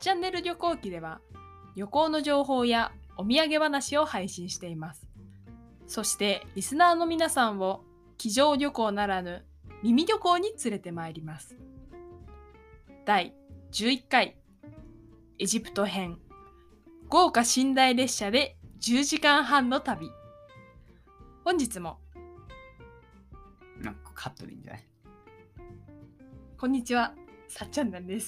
チャンネル旅行記では旅行の情報やお土産話を配信しています。そしてリスナーの皆さんを机上旅行ならぬ耳旅行に連れてまいります。第11回エジプト編、豪華寝台列車で10時間半の旅。本日もなんかカットでいいんじゃない？ こんにちは、さっちゃんなんです。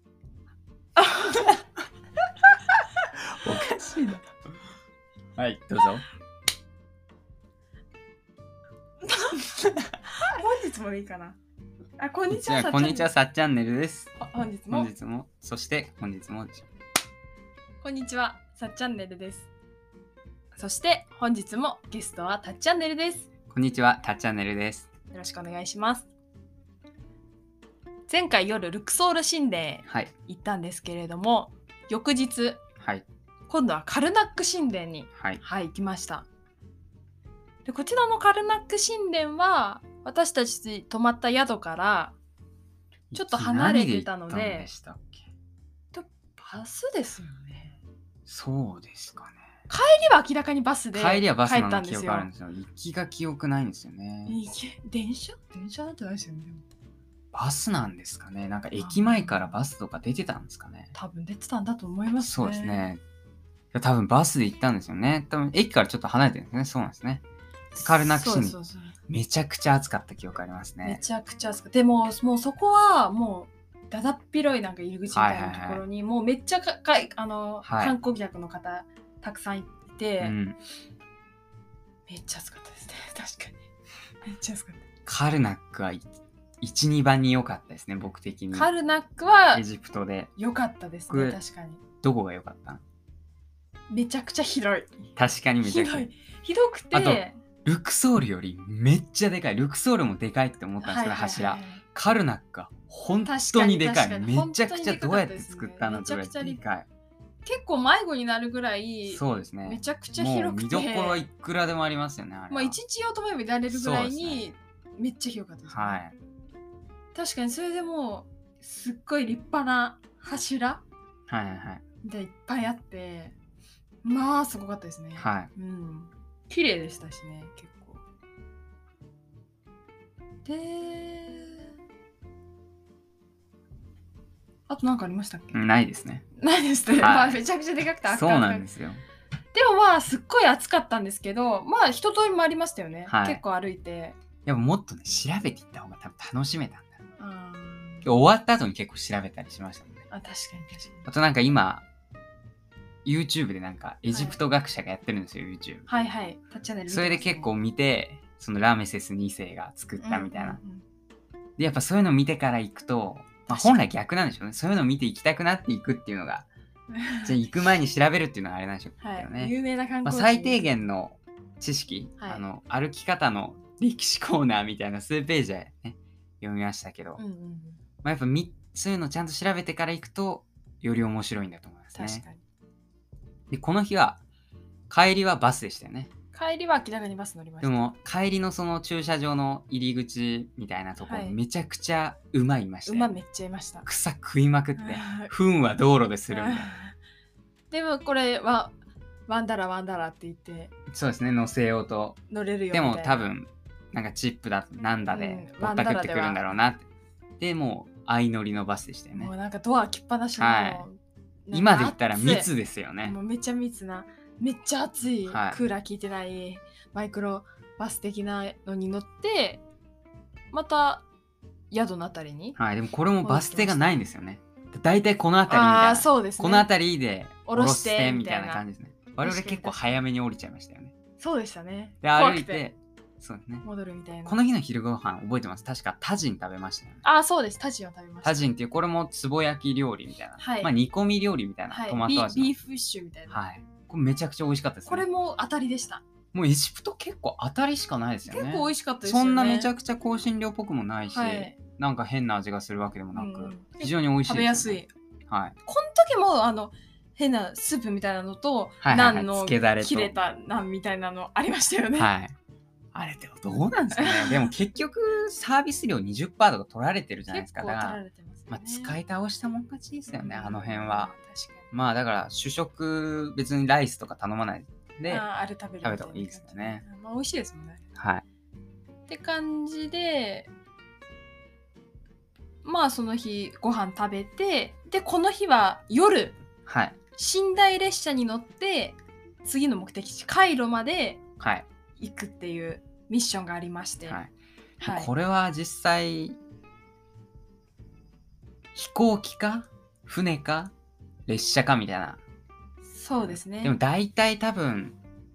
おかしいな。はい、どうぞ。 本日もいいかな。こんにちは、 こんにちは、さっチャンネルです。 本日も、 そして本日も。 こんにちは、さっチャンネルです。そして本日もゲストはたっチャンネルです。 こんにちは、たっチャンネルです。 よろしくお願いします。前回夜ルクソール神殿行ったんですけれども、翌日、今度はカルナック神殿に、行きました。でこちらのカルナック神殿は私たち泊まった宿からちょっと離れてたので、バスですよね。 そうですかね。 帰りは明らかにバスで帰ったんですよ。 行きが記憶ないんですよね。 電車だったらですよね。 バスなんですかね。なんか駅前からバスとか出てたんですかね。 多分出てたんだと思いますね。 そうですね。多分バスで行ったんですよね。多分駅からちょっと離れてるんですね。そうなんですね。カルナック神殿、めちゃくちゃ暑かった記憶ありますね。 めちゃくちゃ暑かった。でもうそこはもうだだっ広いなんか入り口みたいなところに、もうめっちゃ観光客の方たくさんいて、めっちゃ暑かったですね。確かにめっちゃ暑かった。 カルナックは1、2番に良かったですね、僕的に。 カルナックはエジプトで良かったですね。確かに。 どこが良かった？ めちゃくちゃ広い。 確かにめちゃくちゃ広くて、 あとルクソールよりめっちゃでかい。ルクソールもでかいって思ったんですけど、柱。カルナックが本当にでかい。めちゃくちゃどうやって作ったのぐらいでかい。 結構迷子になるぐらい、 そうですね。 めちゃくちゃ広くて、 もう見どころはいくらでもありますよね。あれまあ一日用とも見られるぐらいにめっちゃ広かったですね。確かにそれでもうすっごい立派な柱でいっぱいあって、まあすごかったですね。綺麗でしたしね、結構。で、あと何かありましたっけ？ ないですね。 ないですね。めちゃくちゃでかくてそうなんですよ。 でもすっごい暑かったんですけど、一通りもありましたよね。結構歩いて。 でももっとね、調べていった方が多分楽しめたんだ。終わった後に結構調べたりしましたね。 確かに。 あとなんか今 YouTube でなんかエジプト学者がやってるんですよ、YouTube。 タッチャンネル。 それで結構見て、そのラメセス2世が作ったみたいな。で、やっぱそういうの見てから行くと、本来逆なんでしょうね。そういうの見て行きたくなっていくっていうのが、じゃあ行く前に調べるっていうのがあれなんでしょうけどね。有名な観光地。最低限の知識、歩き方の歴史コーナーみたいな数ページでね、読みましたけど、やっぱそういうのちゃんと調べてから行くと、より面白いんだと思いますね。 確かに。 で、この日は、帰りはバスでしたよね。 帰りは明らかにバス乗りました。 でも、帰りのその駐車場の入り口みたいなところ、めちゃくちゃ馬いましたよ。 馬めっちゃいました。 草食いまくって、糞は道路でするみたいな。 でもこれは、ワンダラって言って。 そうですね、乗せようと。 乗れるよみたいな。でも多分、なんかチップだなんだで、ぼったくってくるんだろうなって。で、もう、相乗りのバスでしたよね。 もうなんかドア開きっぱなしの。 今で言ったら密ですよね。 もうめっちゃ密な、めっちゃ暑い、クーラー効いてないマイクロバス的なのに乗って、また宿のあたりに。 でもこれもバス停がないんですよね。だいたいこのあたりみたいな。 そうですね。 このあたりで降ろしてみたいな感じですね。我々結構早めに降りちゃいましたよね。 そうでしたね。 で、歩いて、そうですね。 戻るみたいな。 この日の昼ご飯覚えてます。確かタジン食べましたよね。 そうです。タジンを食べました。 タジンっていうこれもつぼ焼き料理みたいな。煮込み料理みたいな。トマト味の。 ビーフィッシュみたいな。 これめちゃくちゃ美味しかったですね。 これも当たりでした。 もうエジプト結構当たりしかないですよね。 結構美味しかったですよね。 そんなめちゃくちゃ香辛料っぽくもないし、なんか変な味がするわけでもなく、非常に美味しいです。 食べやすい。この時も変なスープみたいなのと、ナンの切れたナンみたいなのありましたよね。 あれでもどうなんですかね。でも結局サービス料 20% とか取られてるじゃないですか。 結構取られてますまあ、使い倒したもん勝ちですよね、あの辺は。 確かに。 まあだから主食別にライスとか頼まないであれ食べるみたいな食べた方がいいですよね。 まあ美味しいですもんね。 はい。 って感じで、まあその日ご飯食べて、でこの日は夜、 はい。 寝台列車に乗って次の目的地カイロまではい。 行くっていうミッションがありまして、 はい。 はい、 これは実際飛行機か船か列車かみたいな。 そうですね。 でも大体多分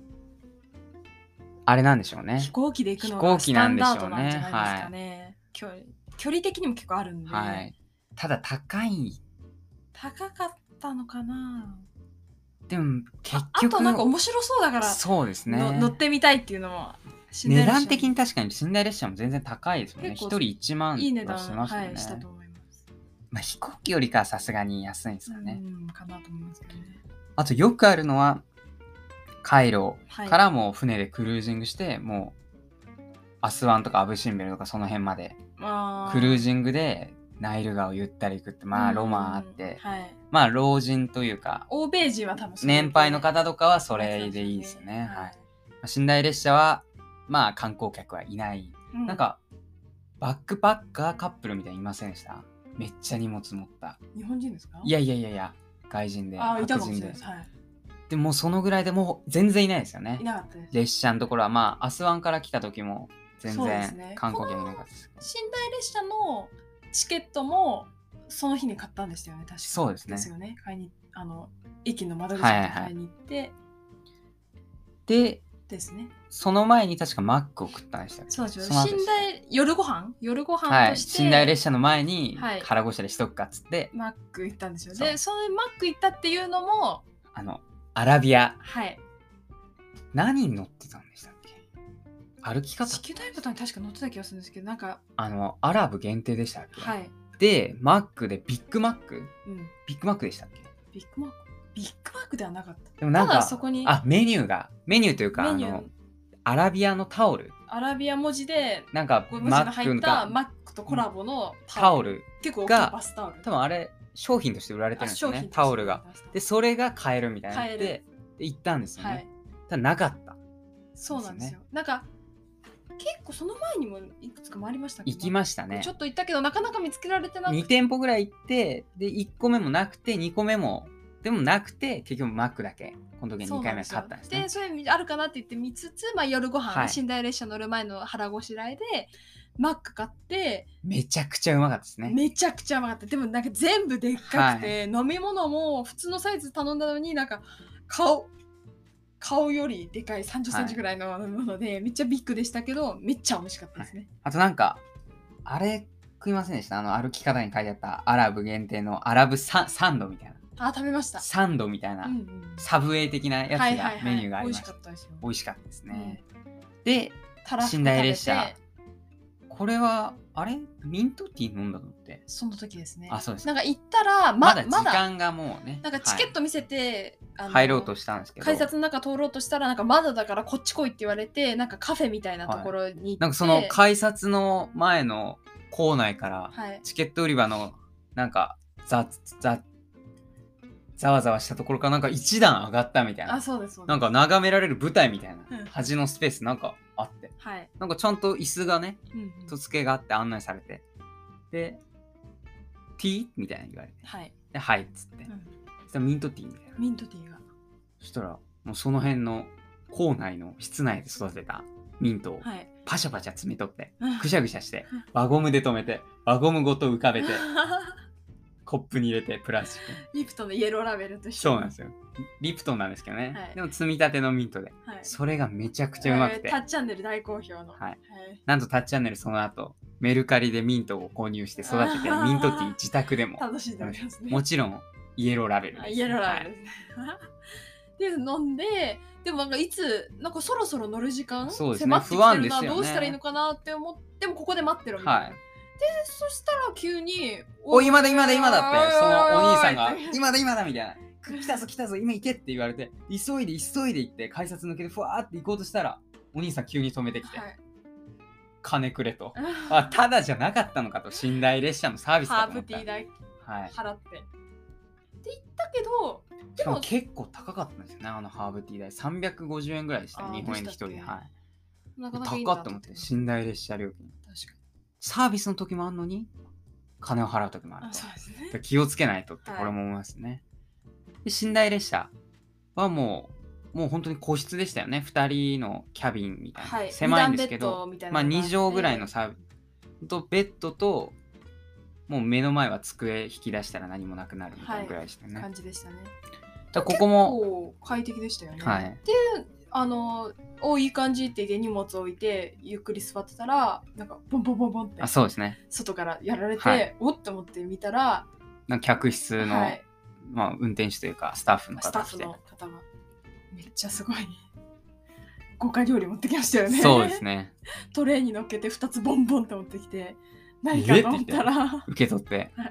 あれなんでしょうね。 飛行機で行くの飛行機がスタンなんでしょうねダードなんじゃないですかね。距離的にも結構あるんで、 はい。ただ高い。 高かったのかな。 でも結あ局となんか面白そうだからそうですね。 乗ってみたいっていうのも値段的に確かに寝台列車も全然高いですよね。 結構一人1万いい値段はしますよね。 はい、したと思います。 まあ飛行機よりかはさすがに安いんですよね。 かなと思いますけどね。 あとよくあるのはカイロはいからもう船でクルージングして、もうアスワンとかアブシンベルとかその辺までクルージングでナイル川をゆったり行くってまあロマンあって、 はい、 まあ老人というか欧米人は多分年配の方とかはそれでいいですよね。はい。寝台列車はまあ観光客はいない。なんかバックパッカーカップルみたいにいませんでした？めっちゃ荷物持った。 日本人ですか？ いや、外人で。 いたかもしれないです。はい。 でもそのぐらいでもう全然いないですよね。 いなかったです。 列車のところはまあアスワンから来た時も全然観光客いなかったです。 寝台列車のチケットもその日に買ったんですよね、確か。 そうですね。 ですよね。買いに駅の窓口に買いに行って、 でですね。 その前に確かマックを食ったんでしたっけ？ そうですよ。夜ご飯として、 寝台列車の前に腹ごしらえしとくかっつって、 マック行ったんですよ。で、そのマック行ったっていうのもアラビア。 はい。 何に乗ってたんでしたっけ？歩き方。 地球大ボに確か乗ってた気がするんですけど、なんかアラブ限定でしたっけ？ はい。 で、マックでビッグマック？ビッグマックでしたっけ？ ビッグマックではなかった。 でもなんかただそこにメニューというかアラビアのタオル。 アラビア文字でなんか文字が入ったマックとコラボのタオル結構大きいバスタオル。 多分あれ商品として売られてるんですよね、タオルが。でそれが買えるみたいなで行ったんですよね。はい、ただなかった。 そうなんですよ。なんか結構その前にもいくつか回りましたけど、行きましたね。 ちょっと行ったけどなかなか見つけられてなくて、 2店舗ぐらい行ってで1個目もなくて2個目もでもなくて結局マックだけこの時2回目買ったんですね。 でそれあるかなって言って見つつ、夜ご飯、寝台列車乗る前の腹ごしらえでマック買ってめちゃくちゃうまかったですね。 めちゃくちゃうまかった。でもなんか全部でっかくて、飲み物も普通のサイズ頼んだのになんか顔よりでかい30センチぐらいのもので、めっちゃビッグでしたけどめっちゃ美味しかったですね。 あとなんかあれ食いませんでした？歩き方に書いてあったアラブ限定のアラブサンドみたいな。 食べました。 サンドみたいな、サブウェイ的なやつがメニューがありました。美味しかったですね。で、寝台列車。これはあれミントティー飲んだのってその時ですね。 そうです。 なんか行ったらまだ時間がもうね。 なんかチケット見せて、 入ろうとしたんですけど、 改札の中通ろうとしたらなんかまだだからこっち来いって言われて、なんかカフェみたいなところに行って、 なんかその改札の前の構内からチケット売り場のなんかざわざわしたところからなんか一段上がったみたいな。 そうです。 なんか眺められる舞台みたいな端のスペースなんかあって、なんかちゃんと椅子がね、と付けがあって案内されて、でティーみたいな言われて、ではいっつって、そしたらミントティーみたいな。 ミントティーが。 そしたらもうその辺の校内の室内で育てたミントをパシャパシャ摘み取ってぐしゃぐしゃして輪ゴムで留めて輪ゴムごと浮かべてコップに入れてプラスチックリプトンのイエローラベルとして。 そうなんですよ。リプトンなんですけどね、でも積み立てのミントで、それがめちゃくちゃうまくて、 タッチチャンネル大好評の、 なんとタッチチャンネルその後メルカリでミントを購入して育ててミントティー自宅でも楽しんでますね。 もちろんイエローラベルです。 イエローラベルですね。で飲んで、でもなんかいつなんかそろそろ乗る時間迫ってきてるな、どうしたらいいのかなって思って、でもここで待ってるみたいな。でそしたら急に今だってそのお兄さんが今だみたいな、来たぞ今行けって言われて急いで行って改札抜けてふわーって行こうとしたらお兄さん急に止めてきて、 金くれと。あ、ただじゃなかったのかと。寝台列車のサービスかハーと思った。 ブティー代はい。 払って。って言ったけど、 しかも結構高かったんですよね、あのハーブティー代。350円ぐらいでしたよ、日本円で1人で。はい。 なかなかいいな高っと思って、寝台列車料金。 確かサービスの時もあるのに、金を払う時もあるに。 と。 そうですね。 気をつけないとってこれも思いますね。で寝台列車はもう本当に個室でしたよね。2人のキャビンみたいな。 はい、 狭いんですけど、まあ2畳ぐらいのササービスとベッドと、もう目の前は机引き出したら何もなくなるみたいなぐらいでしたね。 感じでしたね。 だここも結構快適でしたよね。 はい。 で、いい感じって言って荷物置いてゆっくり座ってたら、なんかボンボンボンボンってそうですね。 外からやられて、 はい、 おっと思って見たら、 なんか客室の、 はい、 まあ、運転手というかスタッフの方がめっちゃすごい豪華料理持ってきましたよね。 そうですね。 トレーに乗っけて2つボンボンって持ってきて、何かと思ったら受け取って、 はい、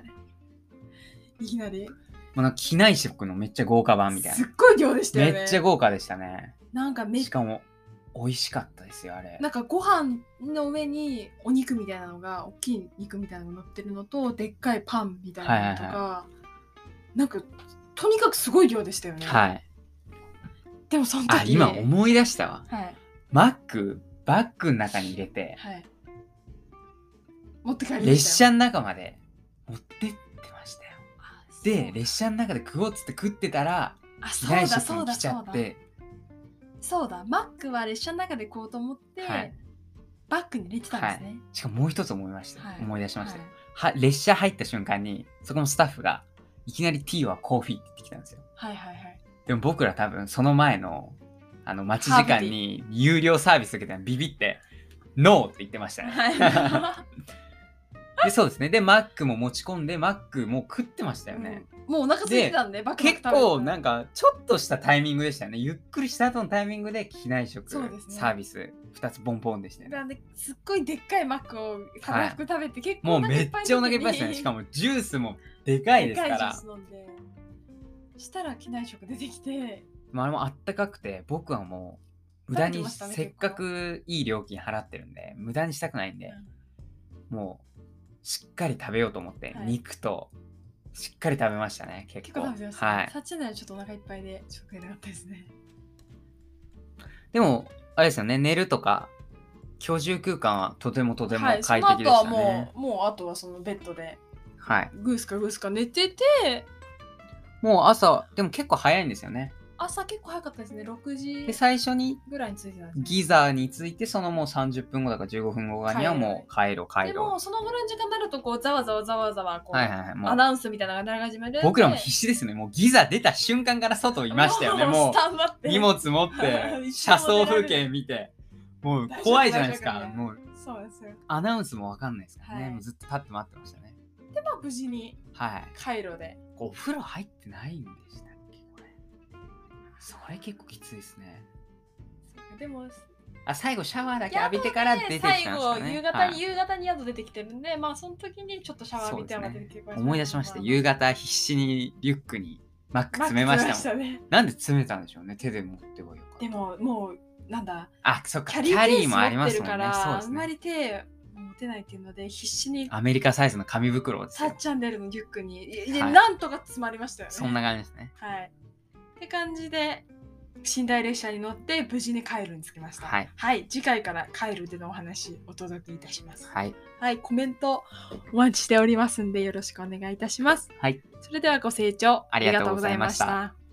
いきなりなんか機内食のめっちゃ豪華版みたいな。 すっごい量でしたよね。 めっちゃ豪華でしたね。 なんかしかも美味しかったですよ、あれ。 なんかご飯の上にお肉みたいなのが、大きい肉みたいなのが乗ってるのと、でっかいパンみたいなのとか、はいはいはい、なんかとにかくすごい量でしたよね。はい。でもその時今思い出したわ。 はい、 マックバッグの中に入れて、 はい、持って帰りましたよ。 列車の中まで持ってってましたよ。で、列車の中で食おうっつって食ってたら、機内食に来ちゃって。 そうだ、マックは列車の中で買おうと思って、はい、バッグに入れてたんですね。 はい、しかももう一つ思い出しましたよ、 はい、 列車入った瞬間にそこのスタッフがいきなりティーはコーヒーって言ってきたんですよ。 はいはいはい。でも僕ら多分その前の待ち時間に有料サービス受けたらビビってノーって言ってましたね。でそうですね。でマックも持ち込んでマックも食ってましたよね。 もうお腹空いてたんで、バクバク結構なんかちょっとしたタイミングでしたよね。ゆっくりした後のタイミングで機内食、サービス2つボンボンでしたよね。 なんですっごいでっかいマックをたらふく食べて、結構もうめっちゃお腹いっぱいでしたね。しかもジュースもでかいですから。 でかいジュース飲んで、したら機内食出てきて、 あれもあったかくて、僕はもう無駄に、せっかくいい料金払ってるんで無駄にしたくないんで、もうしっかり食べようと思って、肉としっかり食べましたね。結構食べました。はい。さっちのはちょっとお腹いっぱいでちょっと食えなかったですね。 でもあれですよね、寝るとか居住空間はとても快適でしたね。その後はもうあとはそのベッドで、 はい、 グースか寝てて、 もう朝でも結構早いんですよね。 朝結構早かったですね。6時で最初にぐらいに着いてたんです、ね、 ギザに着いて、そのもう30分後だか15分後にはもう帰ろう。 でもそのぐらいの時間になるとこうざわざわこう、 もうアナウンスみたいなのが流れ始める。 僕らも必死ですね。もうギザ出た瞬間から外いましたよね。もう荷物持って車窓風景見て、もう怖いじゃないですか。もうそうですよ。 アナウンスも分かんないですからね。もうずっと立って待ってましたね。 で無事にカイロで、 お風呂入ってないんでしたっけ、これ。それ結構きついですね。 でも最後シャワーだけ浴びてから出てきたんですかね。 最後夕方に宿出てきてるんで、その時にちょっとシャワー浴びて出てきて、 思い出しました。夕方必死にリュックにマック詰めましたもん。なんで詰めたんでしょうね。手で持ってこようか。 でももうなんだ、 そっか、キャリーもありますもんね。そうですね。 あんまり手持てないっていうので必死にアメリカサイズの紙袋ですよ。 タッチャンデルのリュックに、なんとか詰まりましたよね。 そんな感じですね。 はい。って感じで寝台列車に乗って無事にカイロに着きました。はい。次回からカイロでのお話お届けいたします。はい。コメントお待ちしておりますんでよろしくお願いいたします。はい。それではご清聴ありがとうございました。